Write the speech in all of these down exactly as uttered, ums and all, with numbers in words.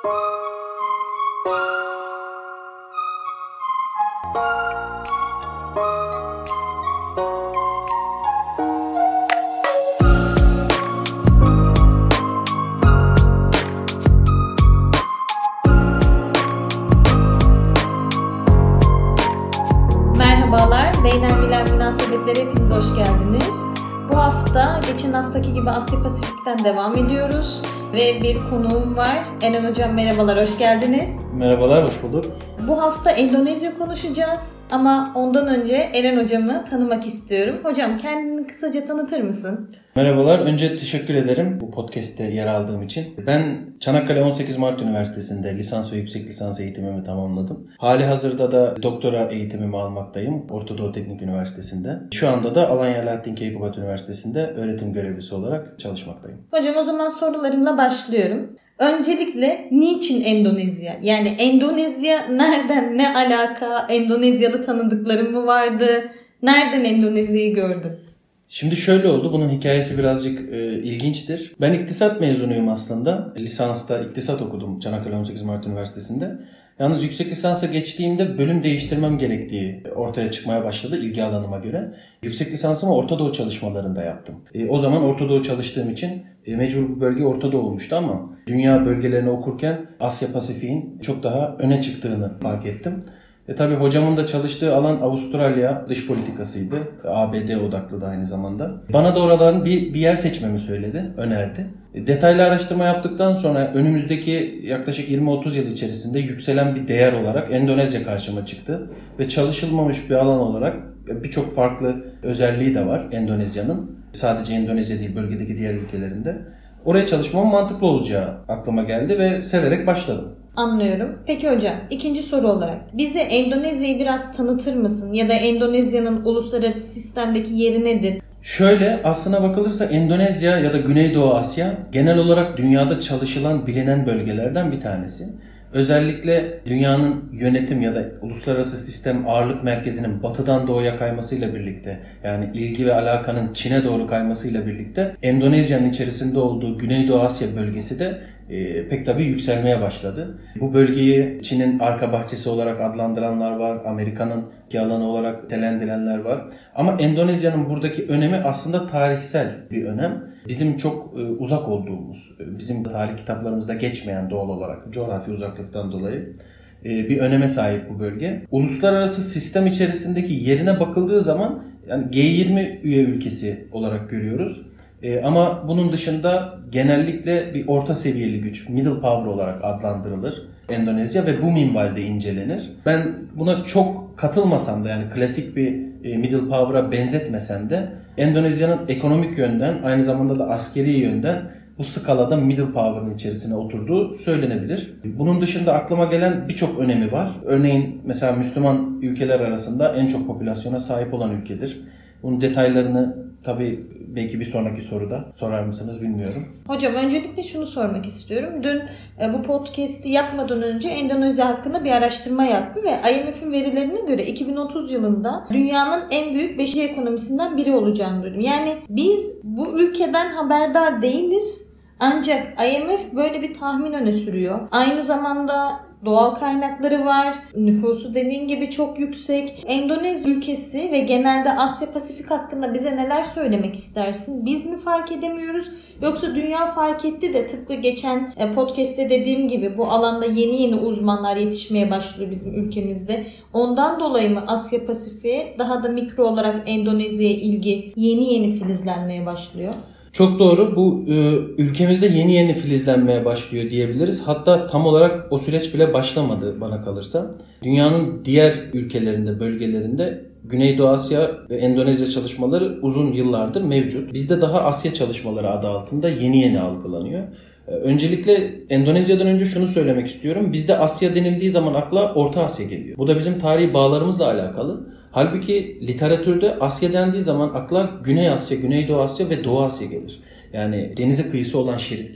Merhabalar, Beyler Bilen Münasebetlere hepiniz hoş geldiniz. Bu hafta geçen haftaki gibi Asya Pasifik'ten devam ediyoruz ve bir konuğum var. Eren Hocam merhabalar, hoş geldiniz. Merhabalar, hoş bulduk. Bu hafta Endonezya konuşacağız ama ondan önce Eren Hocam'ı tanımak istiyorum. Hocam kendini kısaca tanıtır mısın? Merhabalar, önce teşekkür ederim bu podcast'te yer aldığım için. Ben Çanakkale on sekiz Mart Üniversitesi'nde lisans ve yüksek lisans eğitimimi tamamladım. Hali hazırda da doktora eğitimimi almaktayım Orta Doğu Teknik Üniversitesi'nde. Şu anda da Alanya Alaaddin Keykubat Üniversitesi'nde öğretim görevlisi olarak çalışmaktayım. Hocam o zaman sorularımla başlıyorum. Öncelikle niçin Endonezya? Yani Endonezya nereden, ne alaka? Endonezyalı tanıdıkların mı vardı? Nereden Endonezya'yı gördün? Şimdi şöyle oldu, bunun hikayesi birazcık e, ilginçtir. Ben iktisat mezunuyum aslında. Lisansta iktisat okudum Çanakkale on sekiz Mart Üniversitesi'nde. Yalnız yüksek lisansa geçtiğimde bölüm değiştirmem gerektiği ortaya çıkmaya başladı ilgi alanıma göre. Yüksek lisansımı Orta Doğu çalışmalarında yaptım. E, o zaman Orta Doğu çalıştığım için e, mecbur bu bölge Orta Doğu olmuştu ama dünya bölgelerini okurken Asya Pasifik'in çok daha öne çıktığını fark ettim. E tabi hocamın da çalıştığı alan Avustralya dış politikasıydı. A B D odaklı da aynı zamanda. Bana da oraların bir, bir yer seçmemi söyledi, önerdi. E, detaylı araştırma yaptıktan sonra önümüzdeki yaklaşık yirmi otuz yıl içerisinde yükselen bir değer olarak Endonezya karşıma çıktı. Ve çalışılmamış bir alan olarak birçok farklı özelliği de var Endonezya'nın. Sadece Endonezya değil, bölgedeki diğer ülkelerinde. Oraya çalışmam mantıklı olacağı aklıma geldi ve severek başladım. Anlıyorum. Peki hocam, ikinci soru olarak bize Endonezya'yı biraz tanıtır mısın? Ya da Endonezya'nın uluslararası sistemdeki yeri nedir? Şöyle, aslına bakılırsa Endonezya ya da Güneydoğu Asya genel olarak dünyada çalışılan bilinen bölgelerden bir tanesi. Özellikle dünyanın yönetim ya da uluslararası sistem ağırlık merkezinin batıdan doğuya kaymasıyla birlikte, yani ilgi ve alakanın Çin'e doğru kaymasıyla birlikte Endonezya'nın içerisinde olduğu Güneydoğu Asya bölgesi de e, pek tabii yükselmeye başladı. Bu bölgeyi Çin'in arka bahçesi olarak adlandıranlar var, Amerika'nın ki alanı olarak telendirenler var. Ama Endonezya'nın buradaki önemi aslında tarihsel bir önem. Bizim çok e, uzak olduğumuz, e, bizim tarih kitaplarımızda geçmeyen doğal olarak coğrafi uzaklıktan dolayı e, bir öneme sahip bu bölge. Uluslararası sistem içerisindeki yerine bakıldığı zaman yani G yirmi üye ülkesi olarak görüyoruz. E, ama bunun dışında genellikle bir orta seviyeli güç, middle power olarak adlandırılır Endonezya ve bu minvalde incelenir. Ben buna çok katılmasam da, yani klasik bir e, middle power'a benzetmesem de Endonezya'nın ekonomik yönden, aynı zamanda da askeri yönden bu skalada middle power'ın içerisine oturduğu söylenebilir. Bunun dışında aklıma gelen birçok önemi var. Örneğin mesela Müslüman ülkeler arasında en çok popülasyona sahip olan ülkedir. Bunun detaylarını tabii belki bir sonraki soruda sorar mısınız bilmiyorum. Hocam öncelikle şunu sormak istiyorum. Dün e, bu podcast'i yapmadan önce Endonezya hakkında bir araştırma yaptım ve I M F'in verilerine göre iki bin otuz yılında dünyanın en büyük beşinci ekonomisinden biri olacağını duydum. Yani biz bu ülkeden haberdar değiliz. Ancak I M F böyle bir tahmin öne sürüyor. Aynı zamanda doğal kaynakları var. Nüfusu dediğin gibi çok yüksek. Endonezya ülkesi ve genelde Asya Pasifik hakkında bize neler söylemek istersin? Biz mi fark edemiyoruz? Yoksa dünya fark etti de tıpkı geçen podcast'te dediğim gibi bu alanda yeni yeni uzmanlar yetişmeye başlıyor bizim ülkemizde. Ondan dolayı mı Asya Pasifik'e daha da mikro olarak Endonezya'ya ilgi yeni yeni filizlenmeye başlıyor? Çok doğru. Bu e, ülkemizde yeni yeni filizlenmeye başlıyor diyebiliriz. Hatta tam olarak o süreç bile başlamadı bana kalırsa. Dünyanın diğer ülkelerinde, bölgelerinde Güneydoğu Asya ve Endonezya çalışmaları uzun yıllardır mevcut. Bizde daha Asya çalışmaları adı altında yeni yeni algılanıyor. Öncelikle Endonezya'dan önce şunu söylemek istiyorum. Bizde Asya denildiği zaman akla Orta Asya geliyor. Bu da bizim tarihi bağlarımızla alakalı. Halbuki literatürde Asya dendiği zaman akla Güney Asya, Güneydoğu Asya ve Doğu Asya gelir. Yani denize kıyısı olan şerit gelir.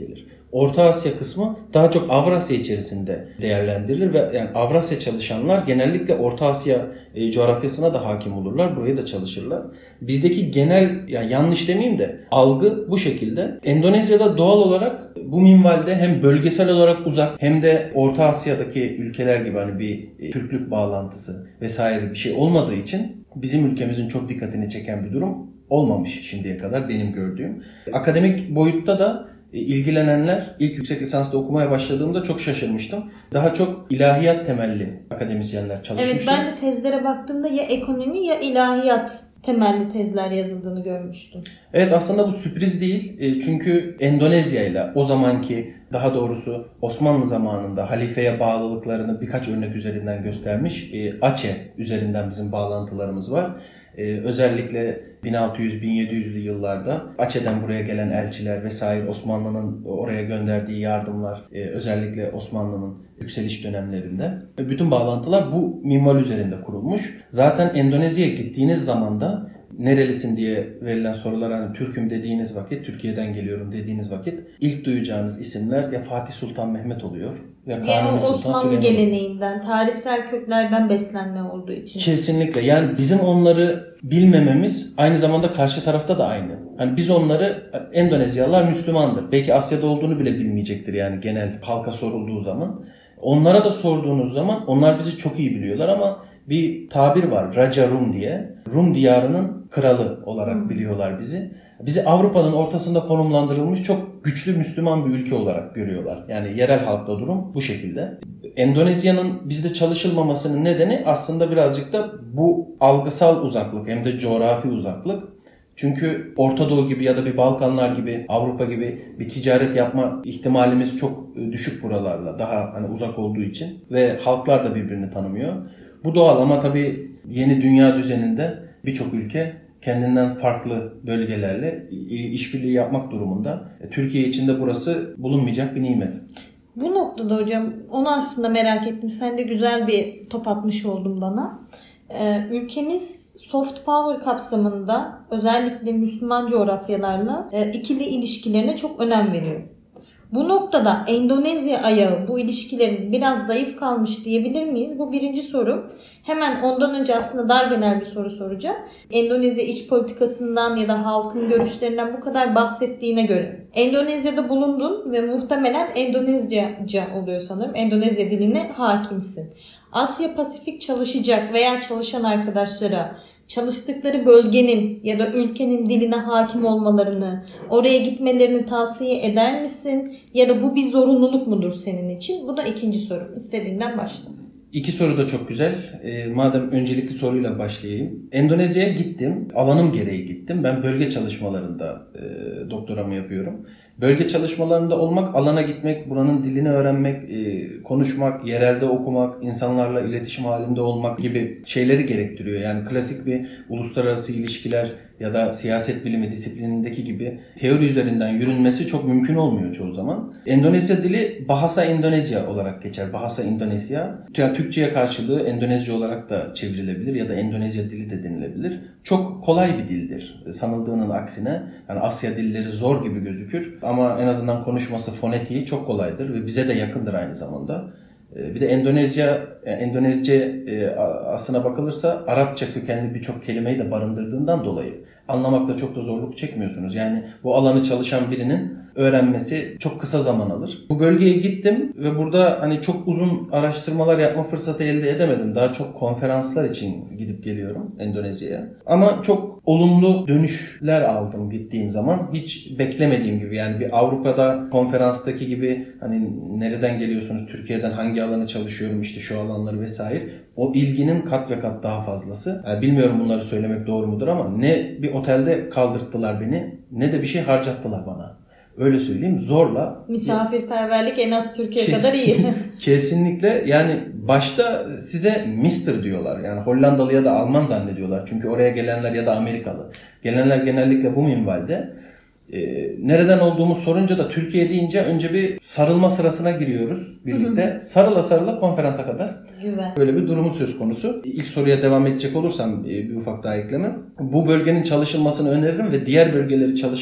Orta Asya kısmı daha çok Avrasya içerisinde değerlendirilir ve yani Avrasya çalışanlar genellikle Orta Asya e, coğrafyasına da hakim olurlar. Buraya da çalışırlar. Bizdeki genel, yani yanlış demeyeyim de, algı bu şekilde. Endonezya'da doğal olarak bu minvalde hem bölgesel olarak uzak hem de Orta Asya'daki ülkeler gibi hani bir e, Türklük bağlantısı vesaire bir şey olmadığı için bizim ülkemizin çok dikkatini çeken bir durum olmamış şimdiye kadar benim gördüğüm. Akademik boyutta da ilgilenenler, ilk yüksek lisansta okumaya başladığımda çok şaşırmıştım. Daha çok ilahiyat temelli akademisyenler çalışmışlar. Evet, ben de tezlere baktığımda ya ekonomi ya ilahiyat temelli tezler yazıldığını görmüştüm. Evet, aslında bu sürpriz değil. Çünkü Endonezya ile o zamanki, daha doğrusu Osmanlı zamanında halifeye bağlılıklarını birkaç örnek üzerinden göstermiş Aceh üzerinden bizim bağlantılarımız var. Ee, özellikle bin altı yüz bin yedi yüzlü yıllarda Aceh'den buraya gelen elçiler vesaire, Osmanlı'nın oraya gönderdiği yardımlar, e, özellikle Osmanlı'nın yükseliş dönemlerinde bütün bağlantılar bu minval üzerinde kurulmuş. Zaten Endonezya'ya gittiğiniz zaman da nerelisin diye verilen sorulara hani Türk'üm dediğiniz vakit, Türkiye'den geliyorum dediğiniz vakit ilk duyacağınız isimler ya Fatih Sultan Mehmet oluyor ya Kanuni Sultan Osmanlı Süleyman. geleneğinden, tarihsel köklerden beslenme olduğu için. Kesinlikle. Yani bizim onları bilmememiz aynı zamanda karşı tarafta da aynı. Hani biz onları, Endonezyalılar Müslümandır, belki Asya'da olduğunu bile bilmeyecektir yani genel halka sorulduğu zaman. Onlara da sorduğunuz zaman onlar bizi çok iyi biliyorlar ama bir tabir var, Raja Rum diye. Rum diyarının kralı olarak hmm. biliyorlar bizi. Bizi Avrupa'nın ortasında konumlandırılmış çok güçlü Müslüman bir ülke olarak görüyorlar. Yani yerel halkta durum bu şekilde. Endonezya'nın bizde çalışılmamasının nedeni aslında birazcık da bu algısal uzaklık, hem de coğrafi uzaklık. Çünkü Orta Doğu gibi ya da bir Balkanlar gibi, Avrupa gibi bir ticaret yapma ihtimalimiz çok düşük buralarla, daha hani uzak olduğu için ve halklar da birbirini tanımıyor. Bu doğal ama tabii yeni dünya düzeninde birçok ülke kendinden farklı bölgelerle işbirliği yapmak durumunda. Türkiye için de burası bulunmayacak bir nimet. Bu noktada hocam onu aslında merak ettim. Sen de güzel bir top atmış oldun bana. Ee, ülkemiz soft power kapsamında özellikle Müslüman coğrafyalarla e, ikili ilişkilerine çok önem veriyor. Bu noktada Endonezya ayağı bu ilişkilerin biraz zayıf kalmış diyebilir miyiz? Bu birinci soru. Hemen ondan önce aslında daha genel bir soru soracağım. Endonezya iç politikasından ya da halkın görüşlerinden bu kadar bahsettiğine göre Endonezya'da bulundun ve muhtemelen Endonezyaca oluyor sanırım. Endonezya diline hakimsin. Asya Pasifik çalışacak veya çalışan arkadaşlara çalıştıkları bölgenin ya da ülkenin diline hakim olmalarını, oraya gitmelerini tavsiye eder misin? Ya da bu bir zorunluluk mudur senin için? Bu da ikinci sorum. İstediğinden başla. İki soru da çok güzel. E, madem öncelikli soruyla başlayayım. Endonezya'ya gittim. Alanım gereği gittim. Ben bölge çalışmalarında e, doktoramı yapıyorum. Bölge çalışmalarında olmak, alana gitmek, buranın dilini öğrenmek, e, konuşmak, yerelde okumak, insanlarla iletişim halinde olmak gibi şeyleri gerektiriyor. Yani klasik bir uluslararası ilişkiler ya da siyaset bilimi disiplinindeki gibi teori üzerinden yürünmesi çok mümkün olmuyor çoğu zaman. Endonezya dili Bahasa Endonezya olarak geçer. Bahasa Endonezya. Yani Türkçe'ye karşılığı Endonezya olarak da çevrilebilir ya da Endonezya dili de denilebilir. Çok kolay bir dildir. Sanıldığının aksine. Yani Asya dilleri zor gibi gözükür ama en azından konuşması, fonetiği çok kolaydır ve bize de yakındır aynı zamanda. Bir de Endonezya, Endonezce aslına bakılırsa Arapça kökenli birçok kelimeyi de barındırdığından dolayı anlamakta çok da zorluk çekmiyorsunuz. Yani bu alanı çalışan birinin öğrenmesi çok kısa zaman alır. Bu bölgeye gittim ve burada hani çok uzun araştırmalar yapma fırsatı elde edemedim. Daha çok konferanslar için gidip geliyorum Endonezya'ya. Ama çok olumlu dönüşler aldım gittiğim zaman. Hiç beklemediğim gibi, yani bir Avrupa'da konferanstaki gibi hani nereden geliyorsunuz, Türkiye'den hangi alanı çalışıyorum, işte şu alanları vesaire. O ilginin kat ve kat daha fazlası. Yani bilmiyorum bunları söylemek doğru mudur ama ne bir otelde kaldırttılar beni ne de bir şey harcattılar bana. Öyle söyleyeyim, zorla. Misafirperverlik en az Türkiye kadar iyi. Kesinlikle, yani başta size mister diyorlar. Yani Hollandalı ya da Alman zannediyorlar. Çünkü oraya gelenler ya da Amerikalı. Gelenler genellikle bu minvalde. Ee, nereden olduğumu sorunca da Türkiye deyince önce bir sarılma sırasına giriyoruz birlikte. Sarıla sarıla konferansa kadar. Güzel. Böyle bir durumu söz konusu. İlk soruya devam edecek olursam bir ufak daha ekleme. Bu bölgenin çalışılmasını öneririm ve diğer bölgeleri çalışan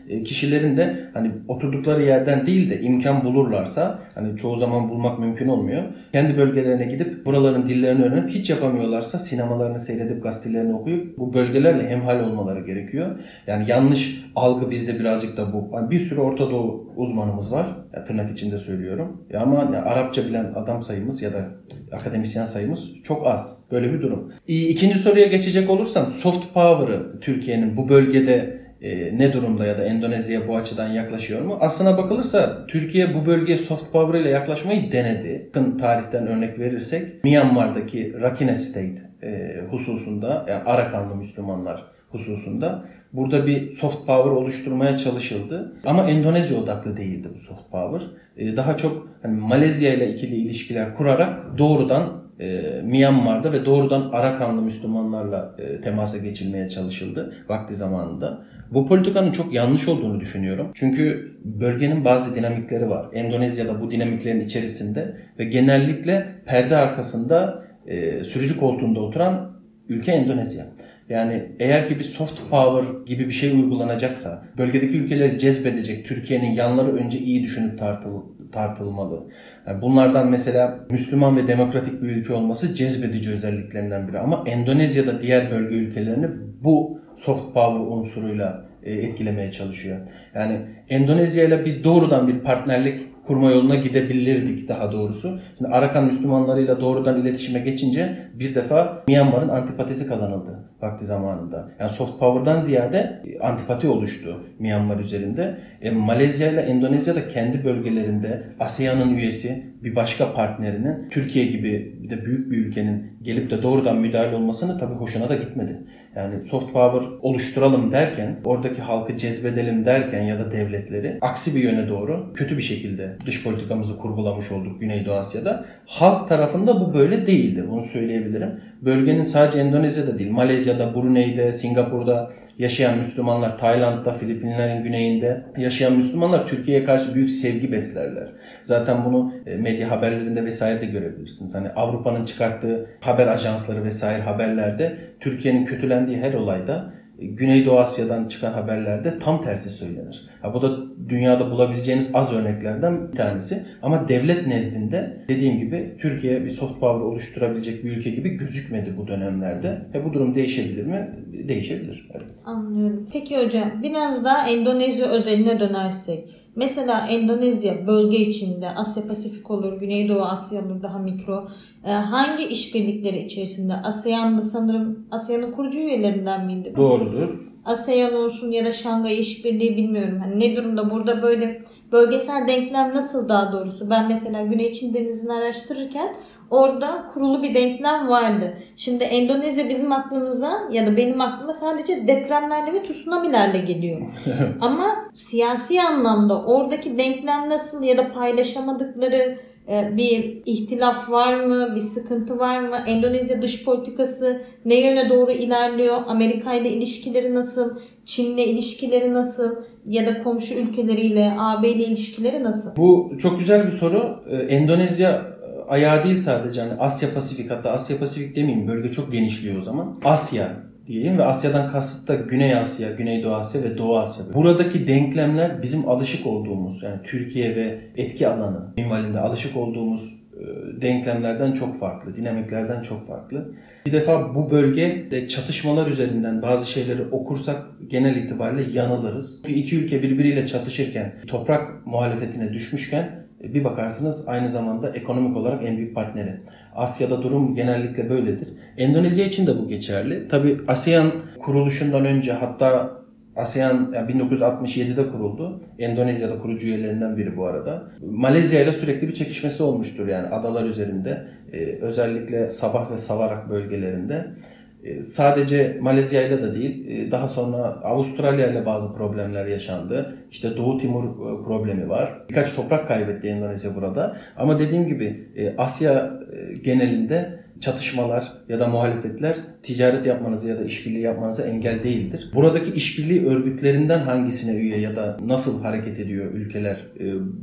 kişilerin de hani oturdukları yerden değil de imkan bulurlarsa, hani çoğu zaman bulmak mümkün olmuyor, kendi bölgelerine gidip buraların dillerini öğrenip, hiç yapamıyorlarsa sinemalarını seyredip gazetelerini okuyup bu bölgelerle hemhal olmaları gerekiyor. Yani yanlış algı bizde birazcık da bu. Yani bir sürü Orta Doğu uzmanımız var. Ya tırnak içinde söylüyorum. Ya ama ya Arapça bilen adam sayımız ya da akademisyen sayımız çok az. Böyle bir durum. İkinci soruya geçecek olursam, soft power'ı Türkiye'nin bu bölgede e, ne durumda ya da Endonezya'ya bu açıdan yaklaşıyor mu? Aslına bakılırsa Türkiye bu bölgeye soft power ile yaklaşmayı denedi. Yakın tarihten örnek verirsek, Myanmar'daki Rakhine State e, hususunda, yani Arakanlı Müslümanlar hususunda burada bir soft power oluşturmaya çalışıldı. Ama Endonezya odaklı değildi bu soft power. E, daha çok hani Malezya ile ikili ilişkiler kurarak doğrudan e, Myanmar'da ve doğrudan Arakanlı Müslümanlarla e, temasa geçilmeye çalışıldı vakti zamanında. Bu politikanın çok yanlış olduğunu düşünüyorum. Çünkü bölgenin bazı dinamikleri var. Endonezya'da bu dinamiklerin içerisinde ve genellikle perde arkasında e, sürücü koltuğunda oturan ülke Endonezya. Yani eğer ki bir soft power gibi bir şey uygulanacaksa, bölgedeki ülkeleri cezbedecek, Türkiye'nin yanları önce iyi düşünüp tartıl, tartılmalı. Yani bunlardan mesela Müslüman ve demokratik bir ülke olması cezbedici özelliklerinden biri. Ama Endonezya'da diğer bölge ülkelerini bu soft power unsuruyla etkilemeye çalışıyor. Yani Endonezya ile biz doğrudan bir partnerlik kurma yoluna gidebilirdik daha doğrusu. Şimdi Arakan Müslümanlarıyla doğrudan iletişime geçince bir defa Myanmar'ın antipatisi kazanıldı vakti zamanında. Yani soft power'dan ziyade antipati oluştu Myanmar üzerinde. E, Malezya ile Endonezya da kendi bölgelerinde ASEAN'ın üyesi bir başka partnerinin, Türkiye gibi bir de büyük bir ülkenin gelip de doğrudan müdahale olmasını tabii hoşuna da gitmedi. Yani soft power oluşturalım derken, oradaki halkı cezbedelim derken ya da devletleri aksi bir yöne doğru kötü bir şekilde dış politikamızı kurgulamış olduk Güneydoğu Asya'da. Halk tarafında bu böyle değildi. Bunu söyleyebilirim. Bölgenin sadece Endonezya'da değil, Malezya'da, Brunei'de, Singapur'da yaşayan Müslümanlar, Tayland'da, Filipinlerin güneyinde yaşayan Müslümanlar Türkiye'ye karşı büyük sevgi beslerler. Zaten bunu medya haberlerinde vesaire de görebilirsiniz. Hani Avrupa'nın çıkarttığı haber ajansları vesaire haberlerde Türkiye'nin kötülendiği her olayda Güneydoğu Asya'dan çıkan haberlerde tam tersi söylenir. Ha, bu da dünyada bulabileceğiniz az örneklerden bir tanesi. Ama devlet nezdinde dediğim gibi Türkiye bir soft power oluşturabilecek bir ülke gibi gözükmedi bu dönemlerde. E, bu durum değişebilir mi? Değişebilir. Evet. Anlıyorum. Peki hocam, biraz daha Endonezya özeline dönersek. Mesela Endonezya bölge içinde, Asya Pasifik olur, Güneydoğu Asya olur, daha mikro. Ee, hangi işbirlikleri içerisinde? ASEAN'da sanırım ASEAN'ın kurucu üyelerinden miydi? Doğrudur. ASEAN olsun ya da Şangay İşbirliği, bilmiyorum. Hani ne durumda burada böyle bölgesel denklem nasıl daha doğrusu? Ben mesela Güney Çin Denizi'ni araştırırken orada kurulu bir denklem vardı. Şimdi Endonezya bizim aklımıza ya da benim aklıma sadece depremlerle ve tsunamilerle geliyor. Ama siyasi anlamda oradaki denklem nasıl ya da paylaşamadıkları bir ihtilaf var mı? Bir sıkıntı var mı? Endonezya dış politikası ne yöne doğru ilerliyor? Amerika ile ilişkileri nasıl? Çin'le ilişkileri nasıl? Ya da komşu ülkeleriyle, A B ile ilişkileri nasıl? Bu çok güzel bir soru. Endonezya ayağı değil sadece, hani Asya Pasifik, hatta Asya Pasifik demeyeyim, bölge çok genişliyor o zaman. Asya diyeyim ve Asya'dan kasıt da Güney Asya, Güneydoğu Asya ve Doğu Asya. Buradaki denklemler bizim alışık olduğumuz, yani Türkiye ve etki alanı minvalinde alışık olduğumuz denklemlerden çok farklı, dinamiklerden çok farklı. Bir defa bu bölgede çatışmalar üzerinden bazı şeyleri okursak genel itibariyle yanılırız. İki ülke birbiriyle çatışırken, toprak muhalefetine düşmüşken bir bakarsınız aynı zamanda ekonomik olarak en büyük partneri. Asya'da durum genellikle böyledir. Endonezya için de bu geçerli. Tabii ASEAN kuruluşundan önce, hatta ASEAN yani bin dokuz yüz altmış yedide kuruldu. Endonezya'da kurucu üyelerinden biri bu arada. Malezya ile sürekli bir çekişmesi olmuştur yani adalar üzerinde. Ee, özellikle Sabah ve Sawarak bölgelerinde. Ee, sadece Malezya ile de değil, e, daha sonra Avustralya ile bazı problemler yaşandı. İşte Doğu Timur e, problemi var. Birkaç toprak kaybetti Endonezya burada. Ama dediğim gibi e, Asya e, genelinde çatışmalar ya da muhalefetler ticaret yapmanızı ya da işbirliği yapmanıza engel değildir. Buradaki işbirliği örgütlerinden hangisine üye ya da nasıl hareket ediyor ülkeler e,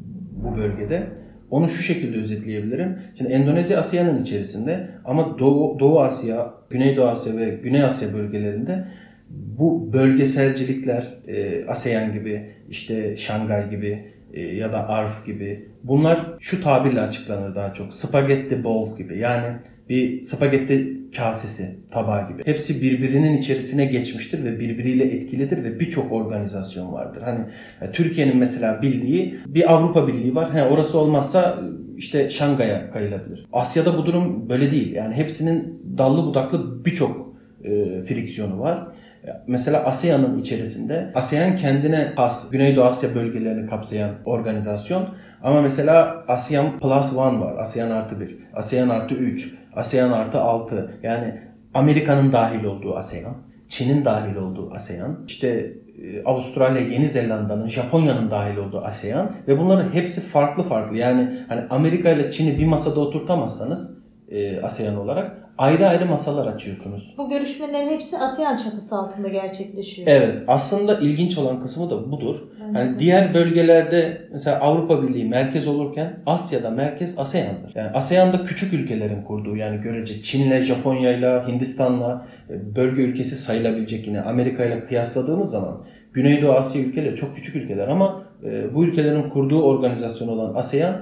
bu bölgede? Onu şu şekilde özetleyebilirim. Şimdi Endonezya ASEAN'ın içerisinde ama Doğu, Doğu Asya, Güneydoğu Asya ve Güney Asya bölgelerinde bu bölgeselcilikler, e, ASEAN gibi, işte Şangay gibi e, ya da A R F gibi, bunlar şu tabirle açıklanır daha çok. Spaghetti bowl gibi, yani bir spagetti kasesi, tabağı gibi. Hepsi birbirinin içerisine geçmiştir ve birbiriyle etkilidir ve birçok organizasyon vardır. Hani yani Türkiye'nin mesela bildiği bir Avrupa Birliği var. He, orası olmazsa işte Şangay'a kayılabilir. Asya'da bu durum böyle değil. Yani hepsinin dallı budaklı birçok e, friksiyonu var. Mesela ASEAN'ın içerisinde, ASEAN kendine has Güneydoğu Asya bölgelerini kapsayan organizasyon. Ama mesela ASEAN Plus One var. ASEAN artı bir, ASEAN artı üç, ASEAN artı altı. Yani Amerika'nın dahil olduğu ASEAN, Çin'in dahil olduğu ASEAN, işte Avustralya, Yeni Zelanda'nın, Japonya'nın dahil olduğu ASEAN ve bunların hepsi farklı farklı. Yani hani Amerika ile Çin'i bir masada oturtamazsanız e, ASEAN olarak ayrı ayrı masalar açıyorsunuz. Bu görüşmelerin hepsi ASEAN çatısı altında gerçekleşiyor. Evet, aslında ilginç olan kısmı da budur. Yani diğer bölgelerde mesela Avrupa Birliği merkez olurken Asya'da merkez ASEAN'dır. Yani ASEAN'da küçük ülkelerin kurduğu, yani görece Çin'le, Japonya'yla, Hindistan'la bölge ülkesi sayılabilecek, yine Amerika'yla kıyasladığımız zaman Güneydoğu Asya ülkeleri çok küçük ülkeler ama bu ülkelerin kurduğu organizasyon olan ASEAN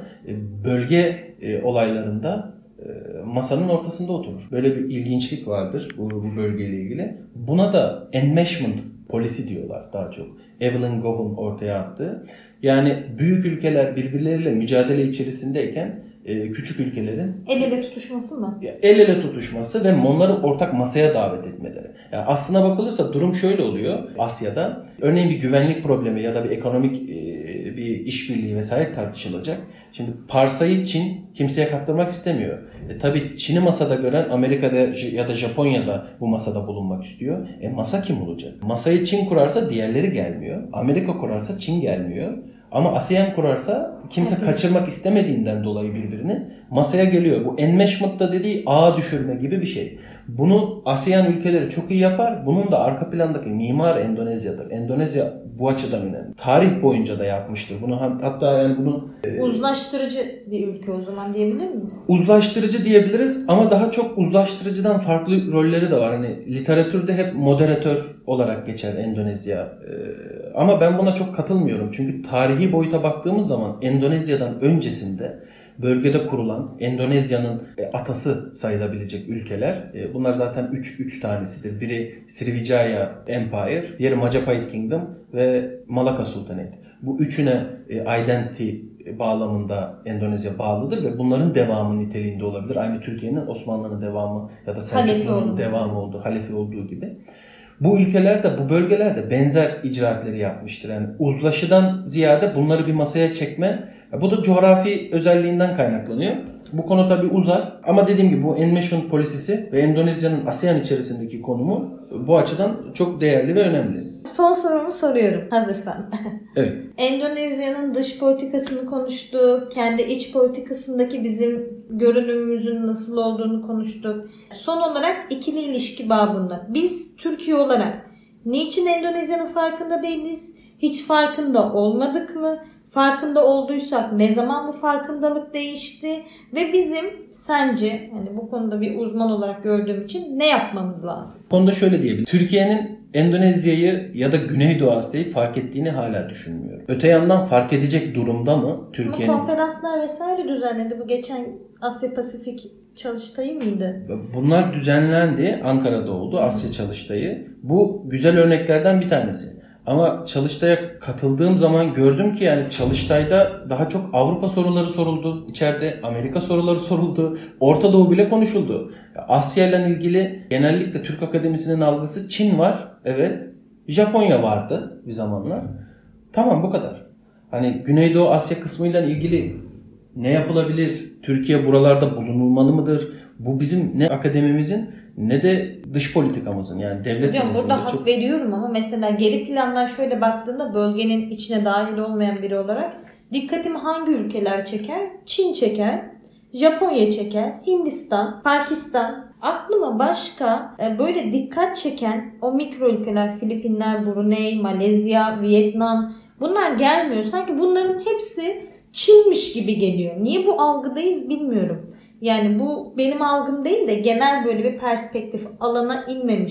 bölge olaylarında masanın ortasında oturur. Böyle bir ilginçlik vardır bu, bu bölgeyle ilgili. Buna da enmeshment polisi diyorlar daha çok. Evelyn Gough'un ortaya attığı. Yani büyük ülkeler birbirleriyle mücadele içerisindeyken küçük ülkelerin el ele tutuşması mı? El ele tutuşması ve onları ortak masaya davet etmeleri. Yani aslına bakılırsa durum şöyle oluyor Asya'da. Örneğin bir güvenlik problemi ya da bir ekonomik bir işbirliği vesaire tartışılacak. Şimdi parsayı Çin kimseye kaptırmak istemiyor. E tabii Çin'i masada gören Amerika'da ya da Japonya'da bu masada bulunmak istiyor. E masa kim olacak? Masayı Çin kurarsa diğerleri gelmiyor. Amerika kurarsa Çin gelmiyor. Ama ASEAN kurarsa kimse evet. kaçırmak istemediğinden dolayı birbirini masaya geliyor. Bu enmeshment'ta dediği ağa düşürme gibi bir şey. Bunu ASEAN ülkeleri çok iyi yapar. Bunun da arka plandaki mimar Endonezya'dır. Endonezya bu açıdan önemli. Tarih boyunca da yapmıştır. Bunu hatta yani bunu uzlaştırıcı bir ülke o zaman diyebilir miyiz? Uzlaştırıcı diyebiliriz ama daha çok uzlaştırıcıdan farklı rolleri de var. Hani literatürde hep moderatör olarak geçer Endonezya. Ee, ama ben buna çok katılmıyorum. Çünkü tarihi boyuta baktığımız zaman Endonezya'dan öncesinde bölgede kurulan Endonezya'nın atası sayılabilecek ülkeler. Bunlar zaten üç üç tanesidir. Biri Srivijaya Empire, diğeri Majapahit Kingdom ve Malacca Sultanate. Bu üçüne identity bağlamında Endonezya bağlıdır ve bunların devamı niteliğinde olabilir. Aynı Türkiye'nin Osmanlı'nın devamı ya da Selçuklu'nun devamı olduğu, halefi olduğu gibi. Bu ülkelerde, bu bölgelerde benzer icraatleri yapmıştır. Yani uzlaşıdan ziyade bunları bir masaya çekme, bu da coğrafi özelliğinden kaynaklanıyor. Bu konu tabii uzar ama dediğim gibi bu enmeshment polisisi ve Endonezya'nın ASEAN içerisindeki konumu bu açıdan çok değerli ve önemli. Son sorumu soruyorum hazırsan. Evet. Endonezya'nın dış politikasını konuştuk. Kendi iç politikasındaki bizim görünümümüzün nasıl olduğunu konuştuk. Son olarak ikili ilişki babında. Biz Türkiye olarak niçin Endonezya'nın farkında değiliz? Hiç farkında olmadık mı? Farkında olduysak ne zaman bu farkındalık değişti? Ve bizim sence, hani bu konuda bir uzman olarak gördüğüm için ne yapmamız lazım? Bu konuda şöyle diyebilirim. Türkiye'nin Endonezya'yı ya da Güneydoğu Asya'yı fark ettiğini hala düşünmüyorum. Öte yandan fark edecek durumda mı Türkiye'nin? Bu konferanslar vesaire düzenledi. Bu geçen Asya Pasifik çalıştayı mıydı? Bunlar düzenlendi. Ankara'da oldu Asya çalıştayı. Bu güzel örneklerden bir tanesi. Ama çalıştaya katıldığım zaman gördüm ki yani çalıştayda daha çok Avrupa soruları soruldu. İçeride Amerika soruları soruldu. Orta Doğu bile konuşuldu. Asya ile ilgili genellikle Türk Akademisi'nin algısı Çin var. Evet. Japonya vardı bir zamanlar. Tamam, bu kadar. Hani Güneydoğu Asya kısmıyla ilgili ne yapılabilir? Türkiye buralarda bulunulmalı mıdır? Bu bizim ne akademimizin ne de dış politikamızın, yani devlet. Hocam burada hak çok... veriyorum ama mesela geri plandan şöyle baktığında bölgenin içine dahil olmayan biri olarak dikkatimi hangi ülkeler çeker? Çin çeker, Japonya çeker, Hindistan, Pakistan. Aklıma başka böyle dikkat çeken o mikro ülkeler, Filipinler, Brunei, Malezya, Vietnam, bunlar gelmiyor. Sanki bunların hepsi Çinmiş gibi geliyor. Niye bu algıdayız bilmiyorum. Yani bu benim algım değil de genel böyle bir perspektif alana inmemiş.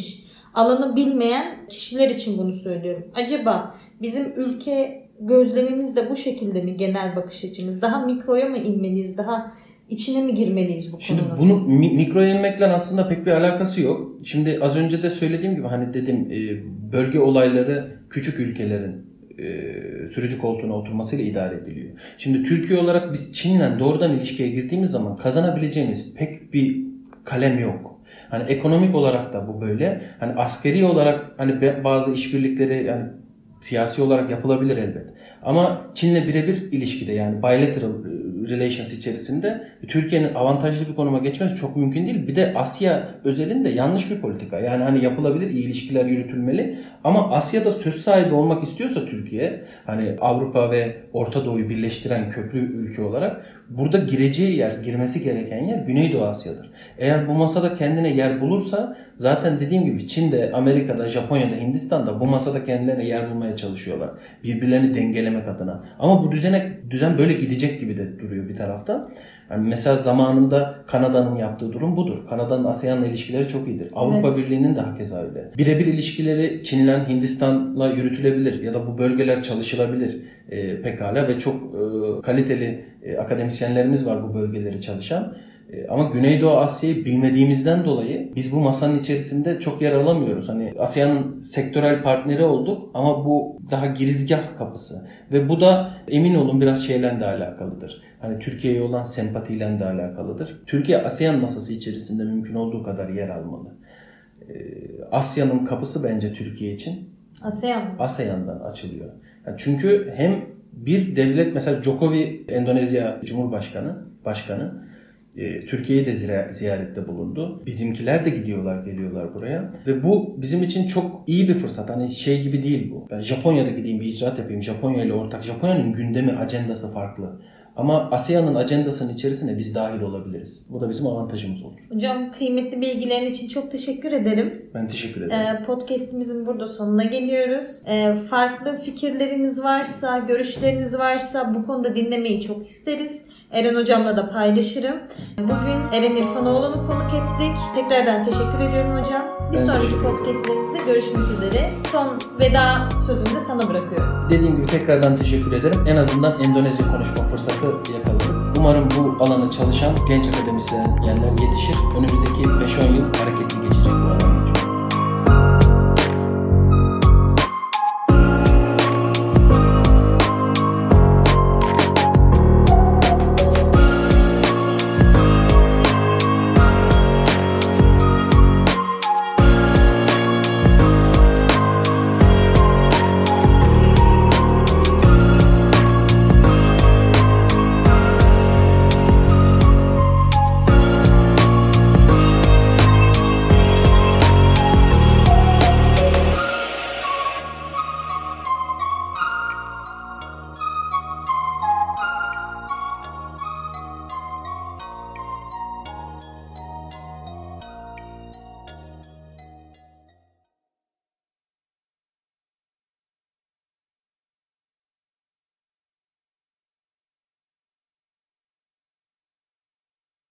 alanı bilmeyen kişiler için bunu söylüyorum. Acaba bizim ülke gözlemimiz de bu şekilde mi, genel bakış açımız? Daha mikroya mı inmeliyiz? Daha içine mi girmeliyiz bu konunun? Şimdi bunun mi, mikroya inmekle aslında pek bir alakası yok. Şimdi az önce de söylediğim gibi hani dedim bölge olayları küçük ülkelerin sürücü koltuğuna oturmasıyla idare ediliyor. Şimdi Türkiye olarak biz Çin'le doğrudan ilişkiye girdiğimiz zaman kazanabileceğimiz pek bir kalem yok. Hani ekonomik olarak da bu böyle. Hani askeri olarak hani bazı işbirlikleri yani siyasi olarak yapılabilir elbet. Ama Çin'le birebir ilişkide yani bilateral relations içerisinde Türkiye'nin avantajlı bir konuma geçmesi çok mümkün değil. Bir de Asya özelinde yanlış bir politika. Yani hani yapılabilir, iyi ilişkiler yürütülmeli. Ama Asya'da söz sahibi olmak istiyorsa Türkiye, hani Avrupa ve Orta Doğu'yu birleştiren köprü ülke olarak burada gireceği yer, girmesi gereken yer Güneydoğu Asya'dır. Eğer bu masada kendine yer bulursa zaten dediğim gibi Çin'de, Amerika'da, Japonya'da, Hindistan'da bu masada kendilerine yer bulmaya çalışıyorlar. Birbirlerini dengelemek adına. Ama bu düzene, düzen böyle gidecek gibi de duruyor bir tarafta. Yani mesela zamanında Kanada'nın yaptığı durum budur. Kanada'nın ASEAN'la ilişkileri çok iyidir. Avrupa evet. Birliği'nin de hakeza öyle. Birebir ilişkileri Çin'le, Hindistan'la yürütülebilir ya da bu bölgeler çalışılabilir e, pekala ve çok e, kaliteli e, akademisyenlerimiz var bu bölgeleri çalışan. Ama Güneydoğu Asya'yı bilmediğimizden dolayı biz bu masanın içerisinde çok yer alamıyoruz. Hani ASEAN'ın sektörel partneri olduk ama bu daha girizgah kapısı. Ve bu da emin olun biraz şeyle de alakalıdır. Hani Türkiye'ye olan sempatiyle de alakalıdır. Türkiye ASEAN masası içerisinde mümkün olduğu kadar yer almalı. Asya'nın kapısı bence Türkiye için ASEAN. ASEAN'dan açılıyor. Yani çünkü hem bir devlet mesela Jokowi Endonezya Cumhurbaşkanı Başkanı Türkiye'yi de ziyarette bulundu. Bizimkiler de gidiyorlar, geliyorlar buraya. Ve bu bizim için çok iyi bir fırsat. Hani şey gibi değil bu. Ben Japonya'da gideyim bir icraat yapayım. Japonya ile ortak. Japonya'nın gündemi, ajandası farklı. Ama ASEAN'ın ajandasının içerisine biz dahil olabiliriz. Bu da bizim avantajımız olur. Hocam kıymetli bilgilerin için çok teşekkür ederim. Ben teşekkür ederim. Ee, podcast'imizin burada sonuna geliyoruz. Ee, farklı fikirleriniz varsa, görüşleriniz varsa bu konuda dinlemeyi çok isteriz. Eren hocamla da paylaşırım. Bugün Eren İrfanoğlu'nu konuk ettik. Tekrardan teşekkür ediyorum hocam. Bir ben sonraki podcastlerimizde görüşmek üzere. Son veda sözünü de sana bırakıyorum. Dediğim gibi tekrardan teşekkür ederim. En azından Endonezya konuşma fırsatı yakaladık. Umarım bu alana çalışan genç akademisyenler yetişir. Önümüzdeki beş on yıl hareketli geçecek bu alanda.